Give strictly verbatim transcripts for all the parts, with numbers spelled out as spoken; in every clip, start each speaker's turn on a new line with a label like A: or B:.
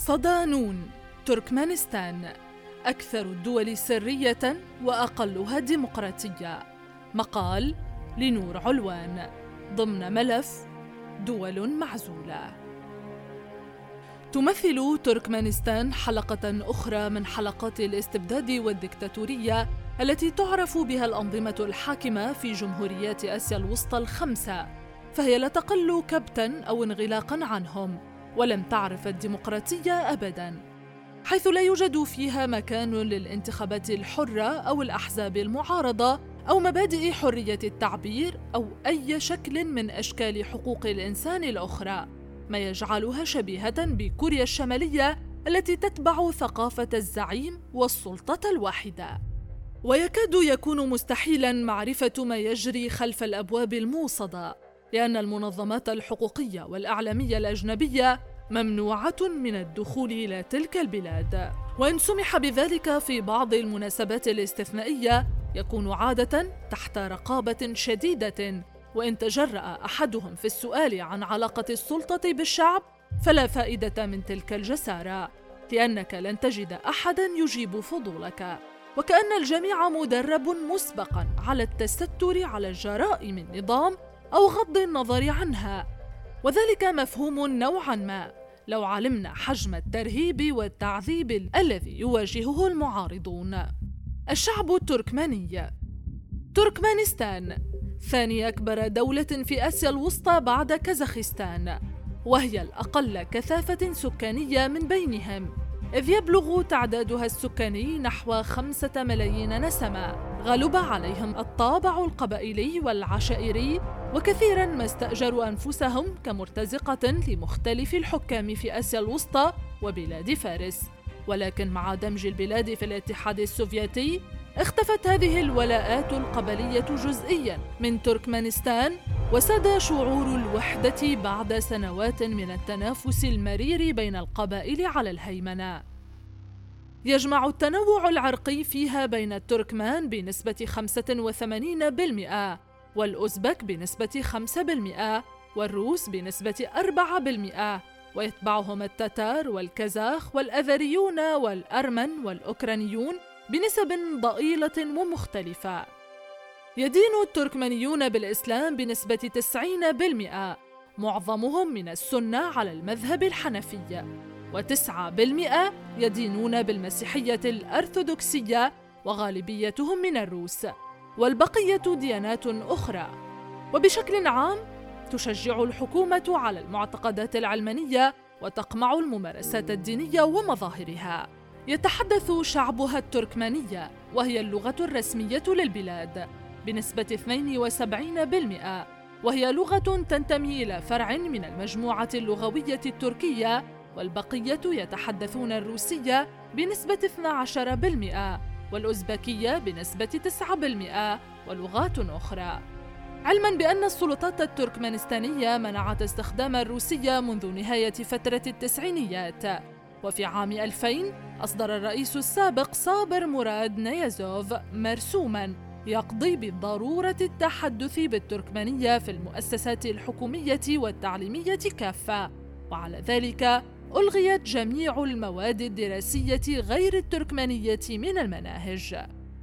A: صدانون، تركمانستان، أكثر الدول سرية وأقلها ديمقراطية. مقال لنور علوان ضمن ملف دول معزولة. تمثل تركمانستان حلقة أخرى من حلقات الاستبداد والديكتاتورية التي تعرف بها الأنظمة الحاكمة في جمهوريات آسيا الوسطى الخمسة، فهي لا تقل كبتاً أو انغلاقاً عنهم، ولم تعرف الديمقراطية أبداً، حيث لا يوجد فيها مكان للانتخابات الحرة أو الأحزاب المعارضة أو مبادئ حرية التعبير أو أي شكل من أشكال حقوق الإنسان الأخرى، ما يجعلها شبيهة بكوريا الشمالية التي تتبع ثقافة الزعيم والسلطة الواحدة. ويكاد يكون مستحيلاً معرفة ما يجري خلف الأبواب الموصدة، لأن المنظمات الحقوقية والإعلامية الأجنبية ممنوعة من الدخول إلى تلك البلاد، وإن سمح بذلك في بعض المناسبات الاستثنائية يكون عادة تحت رقابة شديدة، وإن تجرأ أحدهم في السؤال عن علاقة السلطة بالشعب فلا فائدة من تلك الجسارة، لأنك لن تجد أحداً يجيب فضولك، وكأن الجميع مدرب مسبقاً على التستر على جرائم النظام أو غض النظر عنها، وذلك مفهوم نوعاً ما لو علمنا حجم الترهيب والتعذيب الذي يواجهه المعارضون. الشعب التركماني. تركمانستان ثاني أكبر دولة في آسيا الوسطى بعد كازاخستان، وهي الأقل كثافة سكانية من بينهم، إذ يبلغ تعدادها السكاني نحو خمسة ملايين نسمة، غلب عليهم الطابع القبائلي والعشائري، وكثيراً ما استأجروا أنفسهم كمرتزقة لمختلف الحكام في آسيا الوسطى وبلاد فارس. ولكن مع دمج البلاد في الاتحاد السوفيتي اختفت هذه الولاءات القبلية جزئياً من تركمانستان، وساد شعور الوحدة بعد سنوات من التنافس المرير بين القبائل على الهيمنة. يجمع التنوع العرقي فيها بين التركمان بنسبة خمسة وثمانين بالمئة، والأوزبك بنسبة خمسة بالمئة، والروس بنسبة أربعة بالمئة، ويتبعهم التتار والكازاخ والأذريون والأرمن والأوكرانيون بنسب ضئيلة ومختلفة. يدين التركمانيون بالإسلام بنسبة تسعين بالمئة، معظمهم من السنة على المذهب الحنفي، وتسعة بالمئة يدينون بالمسيحية الأرثوذكسية، وغالبيتهم من الروس، والبقية ديانات أخرى. وبشكل عام تشجع الحكومة على المعتقدات العلمانية وتقمع الممارسات الدينية ومظاهرها. يتحدث شعبها التركمانية، وهي اللغة الرسمية للبلاد، بنسبة اثنين وسبعين بالمئة، وهي لغة تنتمي إلى فرع من المجموعة اللغوية التركية، والبقية يتحدثون الروسية بنسبة اثني عشر بالمئة، والأوزبكية بنسبة تسعة بالمئة، ولغات أخرى. علماً بأن السلطات التركمانستانية منعت استخدام الروسية منذ نهاية فترة التسعينيات، وفي عام ألفين أصدر الرئيس السابق صابر مراد نيازوف مرسوماً يقضي بضرورة التحدث بالتركمانية في المؤسسات الحكومية والتعليمية كافة، وعلى ذلك ألغيت جميع المواد الدراسية غير التركمانية من المناهج.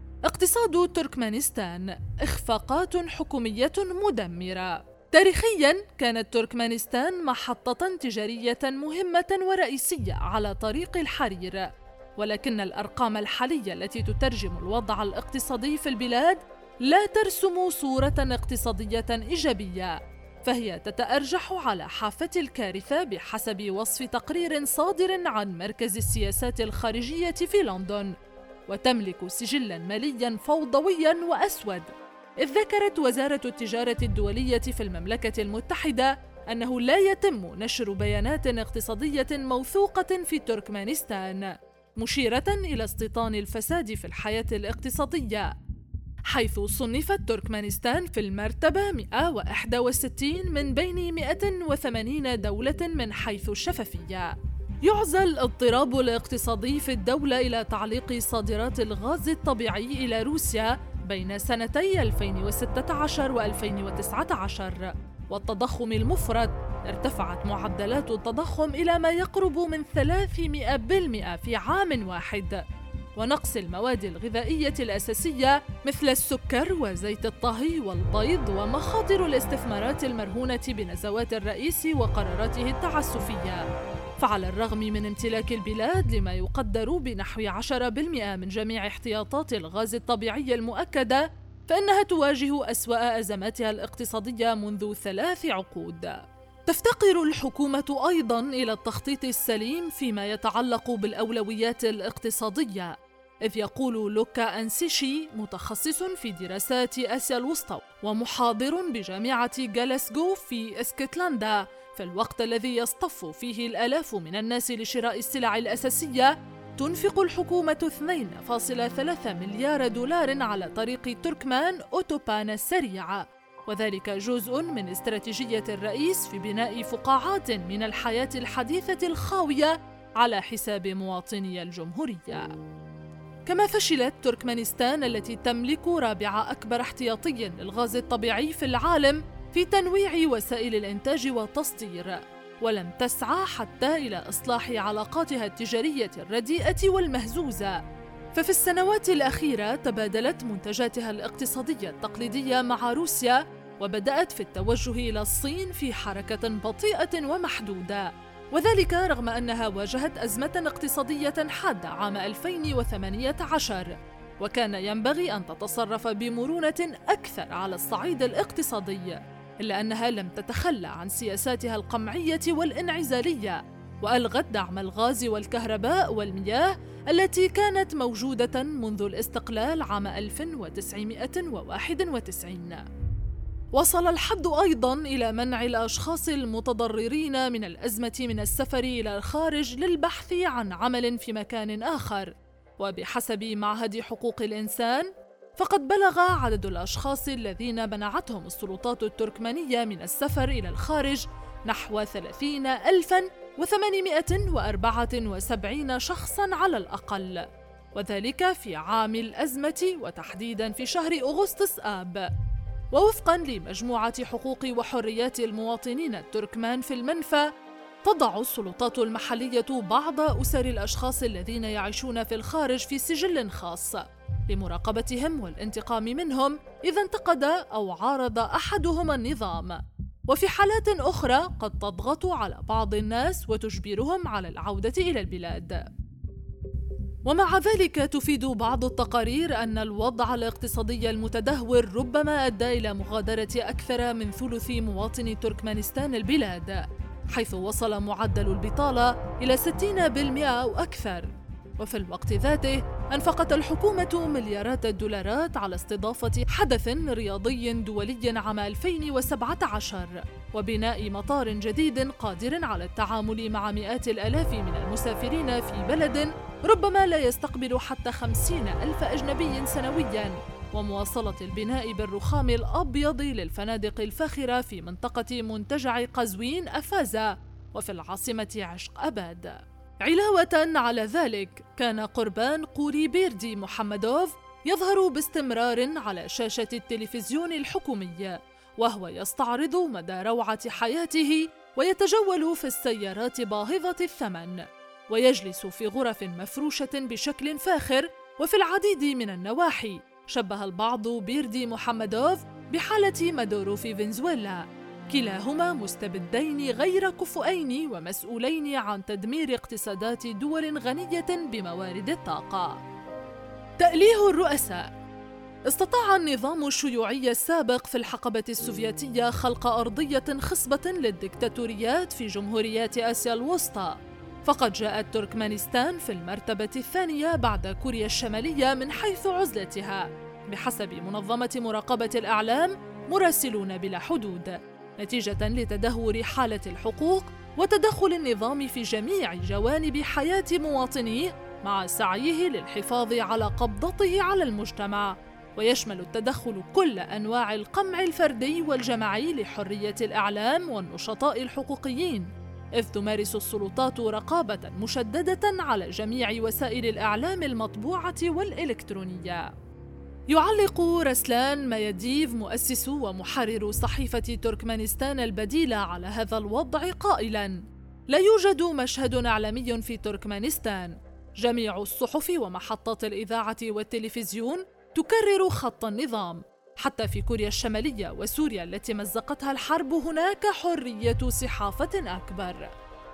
A: اقتصاد تركمانستان. إخفاقات حكومية مدمرة. تاريخياً كانت تركمانستان محطة تجارية مهمة ورئيسية على طريق الحرير، ولكن الأرقام الحالية التي تترجم الوضع الاقتصادي في البلاد لا ترسم صورة اقتصادية إيجابية، فهي تتأرجح على حافة الكارثة بحسب وصف تقرير صادر عن مركز السياسات الخارجية في لندن، وتملك سجلاً مالياً فوضوياً وأسود، إذ ذكرت وزارة التجارة الدولية في المملكة المتحدة أنه لا يتم نشر بيانات اقتصادية موثوقة في تركمانستان، مشيرة إلى استيطان الفساد في الحياة الاقتصادية، حيث صنفت تركمانستان في المرتبة مئة وواحد وستين من بين مئة وثمانين دولة من حيث الشفافية. يعزى الاضطراب الاقتصادي في الدولة إلى تعليق صادرات الغاز الطبيعي إلى روسيا بين سنتي ألفين وستة عشر وألفين وتسعة عشر، والتضخم المفرط ارتفعت معدلات التضخم إلى ما يقرب من ثلاثمئة بالمئة في عام واحد، ونقص المواد الغذائية الأساسية مثل السكر وزيت الطهي والبيض، ومخاطر الاستثمارات المرهونة بنزوات الرئيس وقراراته التعسفية. فعلى الرغم من امتلاك البلاد لما يقدر بنحو عشرة بالمئة من جميع احتياطات الغاز الطبيعي المؤكدة، فإنها تواجه أسوأ أزماتها الاقتصادية منذ ثلاث عقود. تفتقر الحكومة أيضاً إلى التخطيط السليم فيما يتعلق بالأولويات الاقتصادية، إذ يقول لوكا أنسيشي متخصص في دراسات آسيا الوسطى ومحاضر بجامعة غلاسغو في اسكتلندا، في الوقت الذي يصطف فيه الآلاف من الناس لشراء السلع الأساسية، تنفق الحكومة اثنين فاصلة ثلاثة مليار دولار على طريق تركمان أوتوبان السريعة، وذلك جزء من استراتيجية الرئيس في بناء فقاعات من الحياة الحديثة الخاوية على حساب مواطني الجمهورية. كما فشلت تركمانستان التي تملك رابع أكبر احتياطي للغاز الطبيعي في العالم في تنويع وسائل الإنتاج والتصدير، ولم تسعى حتى إلى إصلاح علاقاتها التجارية الرديئة والمهزوزة. ففي السنوات الأخيرة تبادلت منتجاتها الاقتصادية التقليدية مع روسيا، وبدأت في التوجه إلى الصين في حركة بطيئة ومحدودة، وذلك رغم أنها واجهت أزمة اقتصادية حادة عام ألفين وثمانية عشر، وكان ينبغي أن تتصرف بمرونة أكثر على الصعيد الاقتصادي، إلا أنها لم تتخلى عن سياساتها القمعية والانعزالية، وألغت دعم الغاز والكهرباء والمياه التي كانت موجودة منذ الاستقلال عام ألف وتسعمئة وواحد وتسعين. وصل الحد أيضاً إلى منع الأشخاص المتضررين من الأزمة من السفر إلى الخارج للبحث عن عمل في مكان آخر، وبحسب معهد حقوق الإنسان فقد بلغ عدد الأشخاص الذين منعتهم السلطات التركمانية من السفر إلى الخارج نحو ثلاثين ألفاً وثمانمئة وأربعة وسبعين شخصاً على الأقل، وذلك في عام الأزمة وتحديداً في شهر أغسطس آب. ووفقاً لمجموعة حقوق وحريات المواطنين التركمان في المنفى، تضع السلطات المحلية بعض أسر الأشخاص الذين يعيشون في الخارج في سجل خاص لمراقبتهم والانتقام منهم إذا انتقد أو عارض أحدهم النظام، وفي حالات أخرى قد تضغط على بعض الناس وتجبرهم على العودة إلى البلاد. ومع ذلك تفيد بعض التقارير أن الوضع الاقتصادي المتدهور ربما أدى إلى مغادرة أكثر من ثلث مواطني تركمانستان البلاد، حيث وصل معدل البطالة إلى ستين بالمئة أو أكثر. وفي الوقت ذاته أنفقت الحكومة مليارات الدولارات على استضافة حدث رياضي دولي عام ألفين وسبعة عشر وبناء مطار جديد قادر على التعامل مع مئات الآلاف من المسافرين في بلد ربما لا يستقبل حتى خمسين ألف أجنبي سنوياً، ومواصلة البناء بالرخام الأبيض للفنادق الفاخرة في منطقة منتجع قزوين أفازا وفي العاصمة عشق أباد. علاوة على ذلك، كان قربان قوري بيردي محمدوف يظهر باستمرار على شاشة التلفزيون الحكومي وهو يستعرض مدى روعة حياته ويتجول في السيارات باهظة الثمن ويجلس في غرف مفروشة بشكل فاخر. وفي العديد من النواحي شبه البعض بيردي محمدوف بحالة مادورو في فنزويلا، كلاهما مستبدين غير كفؤين ومسؤولين عن تدمير اقتصادات دول غنية بموارد الطاقة. تأليه الرؤساء. استطاع النظام الشيوعي السابق في الحقبة السوفيتية خلق أرضية خصبة للديكتاتوريات في جمهوريات آسيا الوسطى، فقد جاءت تركمانستان في المرتبة الثانية بعد كوريا الشمالية من حيث عزلتها بحسب منظمة مراقبة الأعلام مراسلون بلا حدود، نتيجة لتدهور حالة الحقوق وتدخل النظام في جميع جوانب حياة مواطنيه مع سعيه للحفاظ على قبضته على المجتمع، ويشمل التدخل كل أنواع القمع الفردي والجماعي لحرية الإعلام والنشطاء الحقوقيين، إذ تمارس السلطات رقابة مشددة على جميع وسائل الإعلام المطبوعة والإلكترونية. يعلق رسلان مايديف مؤسس ومحرر صحيفة تركمانستان البديلة على هذا الوضع قائلاً: لا يوجد مشهد إعلامي في تركمانستان، جميع الصحف ومحطات الإذاعة والتلفزيون تكرر خط النظام، حتى في كوريا الشمالية وسوريا التي مزقتها الحرب هناك حرية صحافة أكبر.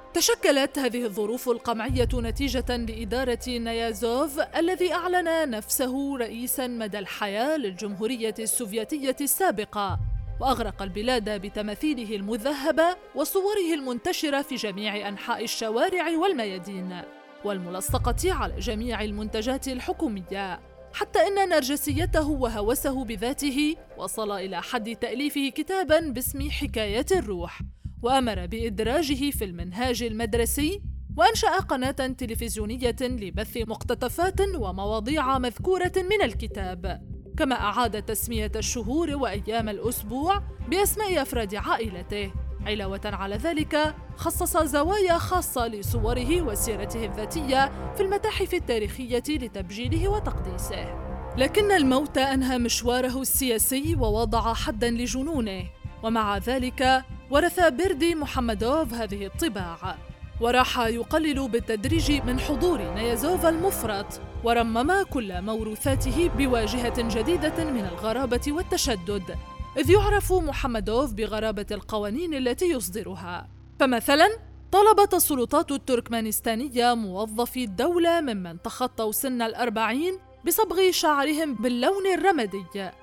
A: تشكلت هذه الظروف القمعية نتيجة لإدارة نيازوف الذي أعلن نفسه رئيساً مدى الحياة للجمهورية السوفيتية السابقة، وأغرق البلاد بتماثيله المذهبة وصوره المنتشرة في جميع أنحاء الشوارع والميادين والملصقة على جميع المنتجات الحكومية، حتى إن نرجسيته وهوسه بذاته وصل إلى حد تأليفه كتاباً باسم حكاية الروح، وأمر بإدراجه في المنهاج المدرسي، وأنشأ قناة تلفزيونية لبث مقتطفات ومواضيع مذكورة من الكتاب، كما أعاد تسمية الشهور وأيام الأسبوع بأسماء أفراد عائلته. علاوة على ذلك خصص زوايا خاصة لصوره وسيرته الذاتية في المتاحف التاريخية لتبجيله وتقديسه. لكن الموت أنهى مشواره السياسي ووضع حداً لجنونه، ومع ذلك ورث بيردي محمدوف هذه الطباع، وراح يقلل بالتدريج من حضور نيازوف المفرط، ورمم كل موروثاته بواجهة جديدة من الغرابة والتشدد، إذ يعرف محمدوف بغرابة القوانين التي يصدرها. فمثلاً طلبت السلطات التركمانستانية موظفي الدولة ممن تخطوا سن الأربعين بصبغ شعرهم باللون الرمادي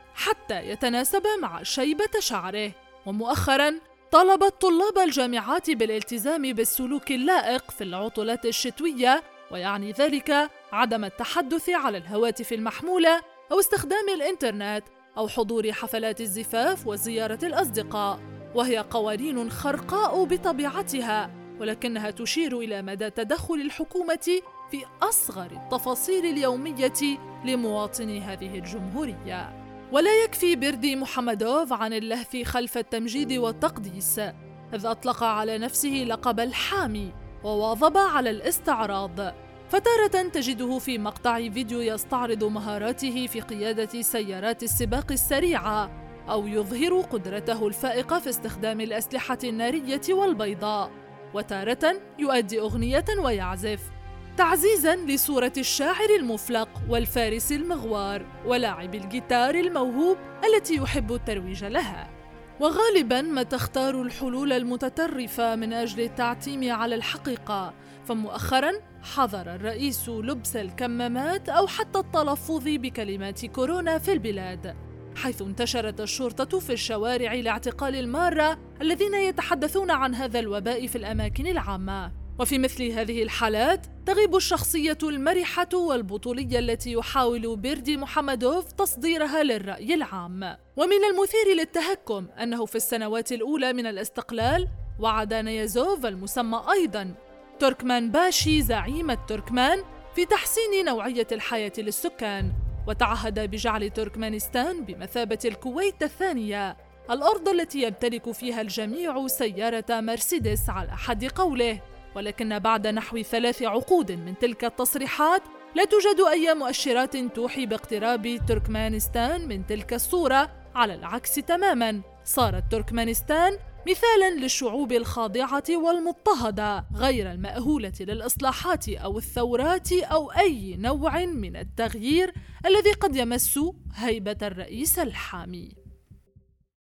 A: حتى يتناسب مع شيبة شعره، ومؤخراً طالبت طلاب الجامعات بالالتزام بالسلوك اللائق في العطلات الشتوية، ويعني ذلك عدم التحدث على الهواتف المحمولة أو استخدام الإنترنت أو حضور حفلات الزفاف وزيارة الأصدقاء، وهي قوانين خرقاء بطبيعتها، ولكنها تشير إلى مدى تدخل الحكومة في أصغر التفاصيل اليومية لمواطني هذه الجمهورية. ولا يكفي بيردي محمدوف عن اللهث خلف التمجيد والتقديس، إذ أطلق على نفسه لقب الحامي وواظب على الاستعراض، فتارة تجده في مقطع فيديو يستعرض مهاراته في قيادة سيارات السباق السريعة، أو يظهر قدرته الفائقة في استخدام الأسلحة النارية والبيضاء، وتارة يؤدي أغنية ويعزف، تعزيزاً لصورة الشاعر المفلق والفارس المغوار ولاعب الجيتار الموهوب التي يحب الترويج لها. وغالباً ما تختار الحلول المتطرفة من أجل التعتيم على الحقيقة، فمؤخراً حظر الرئيس لبس الكمامات أو حتى التلفظ بكلمات كورونا في البلاد، حيث انتشرت الشرطة في الشوارع لاعتقال المارة الذين يتحدثون عن هذا الوباء في الأماكن العامة. وفي مثل هذه الحالات تغيب الشخصية المرحة والبطولية التي يحاول بيردي محمدوف تصديرها للرأي العام. ومن المثير للتهكم أنه في السنوات الأولى من الاستقلال وعد نيازوف المسمى أيضاً تركمان باشي زعيم التركمان في تحسين نوعية الحياة للسكان، وتعهد بجعل تركمانستان بمثابة الكويت الثانية، الأرض التي يمتلك فيها الجميع سيارة مرسيدس على حد قوله. ولكن بعد نحو ثلاث عقود من تلك التصريحات لا توجد أي مؤشرات توحي باقتراب تركمانستان من تلك الصورة، على العكس تماماً، صارت تركمانستان مثالاً للشعوب الخاضعة والمضطهدة غير المأهولة للإصلاحات أو الثورات أو أي نوع من التغيير الذي قد يمس هيبة الرئيس الحامي.